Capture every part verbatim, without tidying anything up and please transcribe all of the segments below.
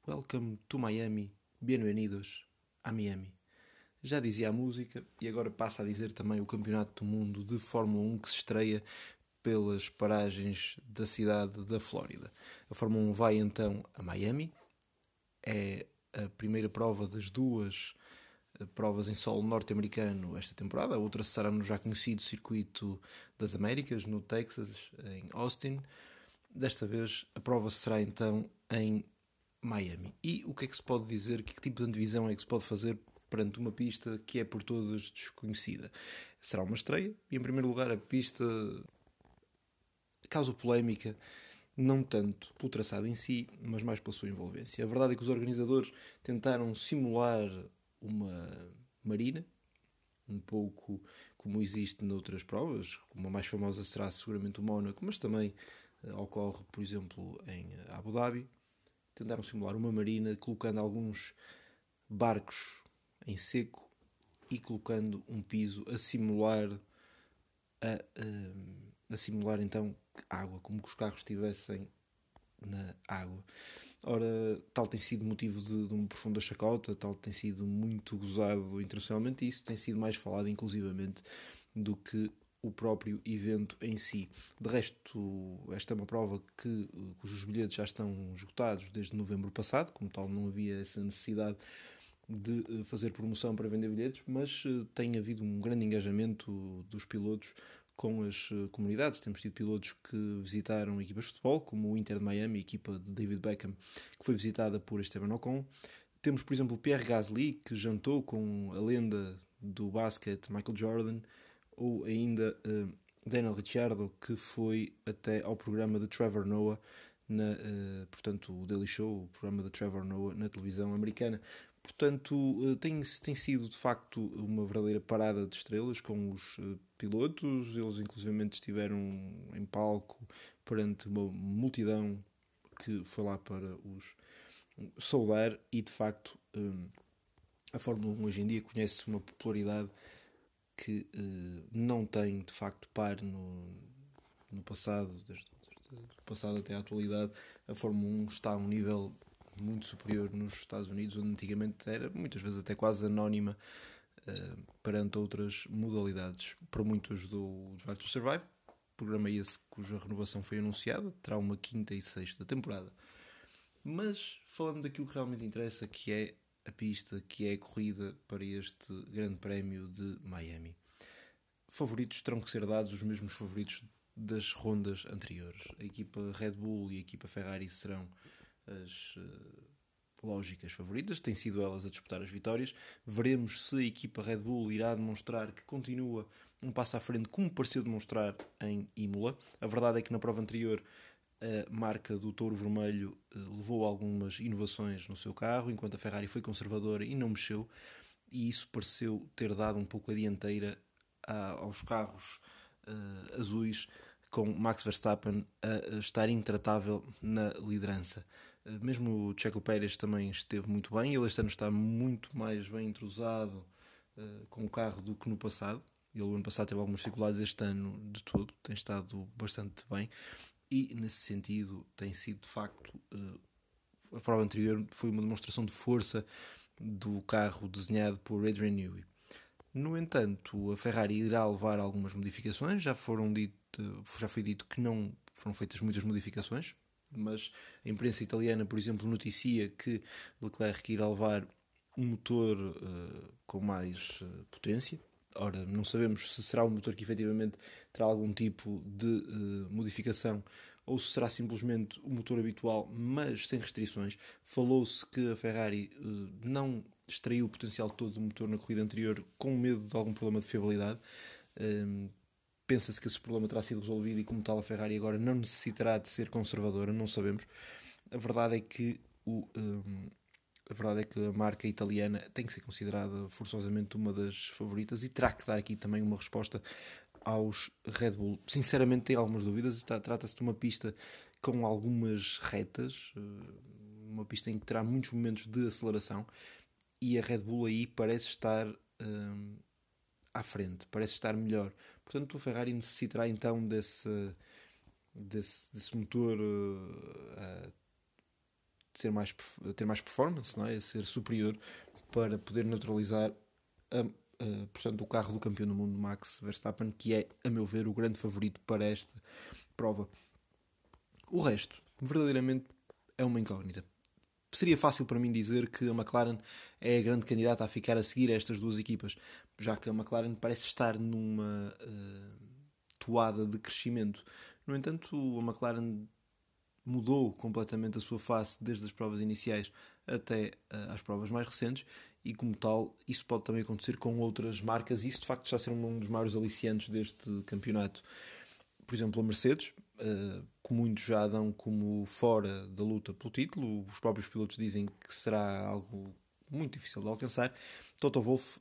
Welcome to Miami, bienvenidos a Miami. Já dizia a música e agora passa a dizer também o Campeonato do Mundo de Fórmula um que se estreia pelas paragens da cidade da Flórida. A Fórmula um vai então a Miami, é a primeira prova das duas provas em solo norte-americano esta temporada. A outra será no já conhecido Circuito das Américas, no Texas, em Austin. Desta vez a prova será então em Miami. E o que é que se pode dizer, que tipo de antevisão é que se pode fazer perante uma pista que é por todos desconhecida? Será uma estreia e, em primeiro lugar, a pista causa polémica, não tanto pelo traçado em si, mas mais pela sua envolvência. A verdade é que os organizadores tentaram simular uma marina, um pouco como existe noutras provas, como a mais famosa será seguramente o Mónaco, mas também uh, ocorre, por exemplo, em Abu Dhabi. Tentaram simular uma marina, colocando alguns barcos em seco e colocando um piso a simular a, a, a simular então água, como que os carros estivessem na água. Ora, tal tem sido motivo de, de uma profunda chacota, tal tem sido muito gozado internacionalmente, e isso tem sido mais falado inclusivamente do que o próprio evento em si. De resto, esta é uma prova que, cujos bilhetes já estão esgotados desde novembro passado, como tal não havia essa necessidade de fazer promoção para vender bilhetes, mas tem havido um grande engajamento dos pilotos com as comunidades. Temos tido pilotos que visitaram equipas de futebol, como o Inter de Miami, a equipa de David Beckham, que foi visitada por Esteban Ocon. Temos, por exemplo, Pierre Gasly, que jantou com a lenda do basquete Michael Jordan, ou ainda uh, Daniel Ricciardo, que foi até ao programa de Trevor Noah, na, uh, portanto, o Daily Show, o programa de Trevor Noah na televisão americana. Portanto, tem, tem sido de facto uma verdadeira parada de estrelas com os uh, pilotos. Eles inclusivamente estiveram em palco perante uma multidão que foi lá para os saudar, e de facto um, a Fórmula um hoje em dia conhece uma popularidade que uh, não tem de facto par no, no passado, desde, desde o passado até à atualidade. A Fórmula um está a um nível muito superior nos Estados Unidos, onde antigamente era muitas vezes até quase anónima uh, perante outras modalidades. Para muito ajudou o Drive to Survive, programa esse cuja renovação foi anunciada, terá uma quinta e sexta temporada. Mas falando daquilo que realmente interessa, que é a pista, que é a corrida para este grande prémio de Miami. Favoritos terão que ser dados os mesmos favoritos das rondas anteriores. A equipa Red Bull e a equipa Ferrari serão as uh, lógicas favoritas, têm sido elas a disputar as vitórias. Veremos se a equipa Red Bull irá demonstrar que continua um passo à frente, como pareceu demonstrar em Imola. A verdade é que na prova anterior a marca do Touro Vermelho uh, levou algumas inovações no seu carro, enquanto a Ferrari foi conservadora e não mexeu, e isso pareceu ter dado um pouco a dianteira a, aos carros uh, azuis, com Max Verstappen a estar intratável na liderança. Mesmo o Checo Pérez também esteve muito bem. Ele este ano está muito mais bem entrosado uh, com o carro do que no passado. Ele no ano passado teve algumas dificuldades, este ano de todo tem estado bastante bem. E nesse sentido tem sido de facto uh, a prova anterior foi uma demonstração de força do carro desenhado por Adrian Newey. No entanto, a Ferrari irá levar algumas modificações. Já foram dito, já foi dito que não foram feitas muitas modificações, mas a imprensa italiana, por exemplo, noticia que Leclerc irá levar um motor uh, com mais uh, potência. Ora, não sabemos se será um motor que efetivamente terá algum tipo de uh, modificação ou se será simplesmente o motor habitual, mas sem restrições. Falou-se que a Ferrari uh, não extraiu o potencial todo do motor na corrida anterior com medo de algum problema de fiabilidade. Um, Pensa-se que esse problema terá sido resolvido e, como tal, a Ferrari agora não necessitará de ser conservadora, não sabemos. A verdade é que o, um, a verdade é que a marca italiana tem que ser considerada forçosamente uma das favoritas e terá que dar aqui também uma resposta aos Red Bull. Sinceramente, tenho algumas dúvidas. Trata-se de uma pista com algumas retas, uma pista em que terá muitos momentos de aceleração, e a Red Bull aí parece estar um, à frente, parece estar melhor. Portanto, a Ferrari necessitará então desse, desse, desse motor uh, ser mais, ter mais performance, não é? Ser superior para poder neutralizar a, a, portanto, o carro do campeão do mundo, Max Verstappen, que é, a meu ver, o grande favorito para esta prova. O resto, verdadeiramente, é uma incógnita. Seria fácil para mim dizer que a McLaren é a grande candidata a ficar a seguir estas duas equipas, já que a McLaren parece estar numa uh, toada de crescimento. No entanto, a McLaren mudou completamente a sua face desde as provas iniciais até uh, às provas mais recentes, e como tal, isso pode também acontecer com outras marcas, e isso de facto está a ser um dos maiores aliciantes deste campeonato. Por exemplo, a Mercedes, que muitos já dão como fora da luta pelo título, os próprios pilotos dizem que será algo muito difícil de alcançar. Toto Wolff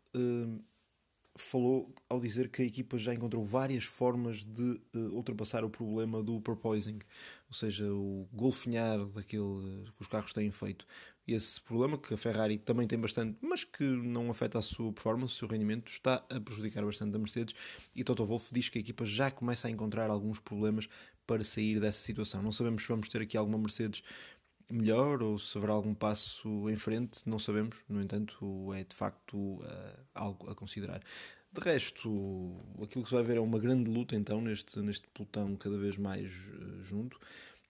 falou ao dizer que a equipa já encontrou várias formas de ultrapassar o problema do porpoising, ou seja, o golfinhar daquele que os carros têm feito. Esse problema que a Ferrari também tem bastante, mas que não afeta a sua performance, o seu rendimento, está a prejudicar bastante a Mercedes, e Toto Wolff diz que a equipa já começa a encontrar alguns problemas para sair dessa situação. Não sabemos se vamos ter aqui alguma Mercedes melhor ou se haverá algum passo em frente, não sabemos. No entanto, é de facto uh, algo a considerar. De resto, aquilo que se vai ver é uma grande luta então neste, neste pelotão cada vez mais uh, junto.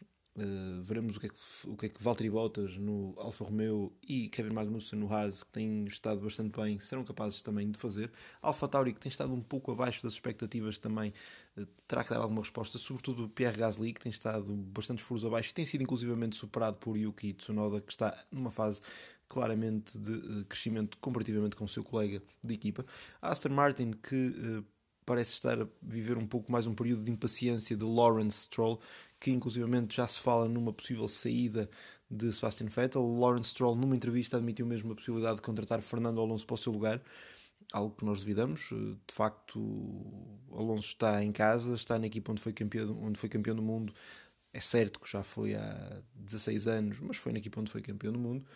Uh, veremos o que, é que, o que é que Valtteri Bottas no Alfa Romeo e Kevin Magnussen no Haas, que têm estado bastante bem, serão capazes também de fazer. Alfa Tauri, que tem estado um pouco abaixo das expectativas, também uh, terá que dar alguma resposta, sobretudo o Pierre Gasly, que tem estado bastantes furos abaixo e tem sido inclusivamente superado por Yuki Tsunoda, que está numa fase claramente de uh, crescimento comparativamente com o seu colega de equipa. A Aston Martin, que uh, parece estar a viver um pouco mais um período de impaciência de Lawrence Stroll, que inclusivamente já se fala numa possível saída de Sebastian Vettel. Lawrence Stroll, numa entrevista, admitiu mesmo a possibilidade de contratar Fernando Alonso para o seu lugar, algo que nós duvidamos. De facto, Alonso está em casa, está na equipa onde foi campeão, onde foi campeão do mundo. É certo que já foi há dezasseis anos, mas foi na equipa onde foi campeão do mundo.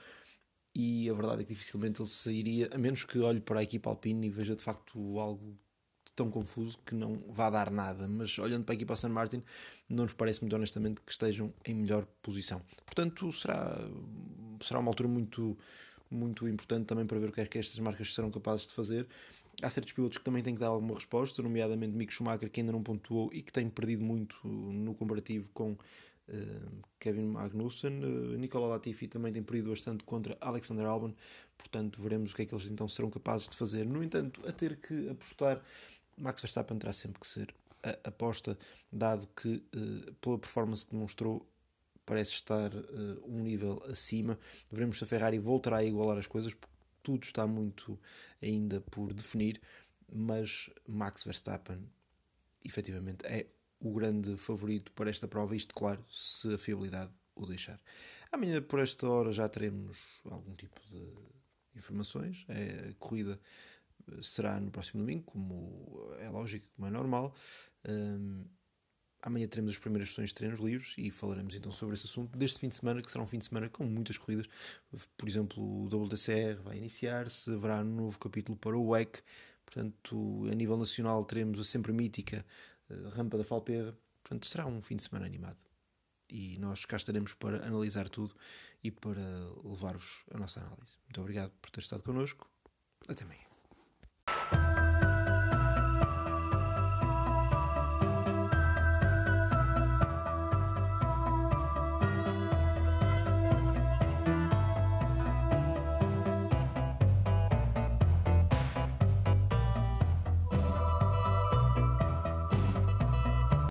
E a verdade é que dificilmente ele sairia, a menos que olhe para a equipa Alpine e veja de facto algo tão confuso que não vá dar nada. Mas olhando para a equipa Aston Martin, não nos parece muito honestamente que estejam em melhor posição. Portanto, será, será uma altura muito, muito importante também para ver o que é que estas marcas serão capazes de fazer. Há certos pilotos que também têm que dar alguma resposta, nomeadamente Mick Schumacher, que ainda não pontuou e que tem perdido muito no comparativo com uh, Kevin Magnussen. uh, Nicola Latifi também tem perdido bastante contra Alexander Albon. Portanto, veremos o que é que eles então serão capazes de fazer. No entanto, a ter que apostar, Max Verstappen terá sempre que ser a aposta, dado que, uh, pela performance que demonstrou, parece estar uh, um nível acima. Veremos se a Ferrari voltará a igualar as coisas, porque tudo está muito ainda por definir, mas Max Verstappen, efetivamente, é o grande favorito para esta prova, isto, claro, se a fiabilidade o deixar. Amanhã, por esta hora, já teremos algum tipo de informações. É, a corrida será no próximo domingo, como é lógico, como é normal. Um, amanhã teremos as primeiras sessões de treinos livres e falaremos então sobre esse assunto deste fim de semana, que será um fim de semana com muitas corridas. Por exemplo, o W T C R vai iniciar-se, haverá um novo capítulo para o W E C. Portanto, a nível nacional teremos a sempre mítica uh, Rampa da Falpeda. Portanto, será um fim de semana animado. E nós cá estaremos para analisar tudo e para levar-vos a nossa análise. Muito obrigado por ter estado connosco. Até amanhã.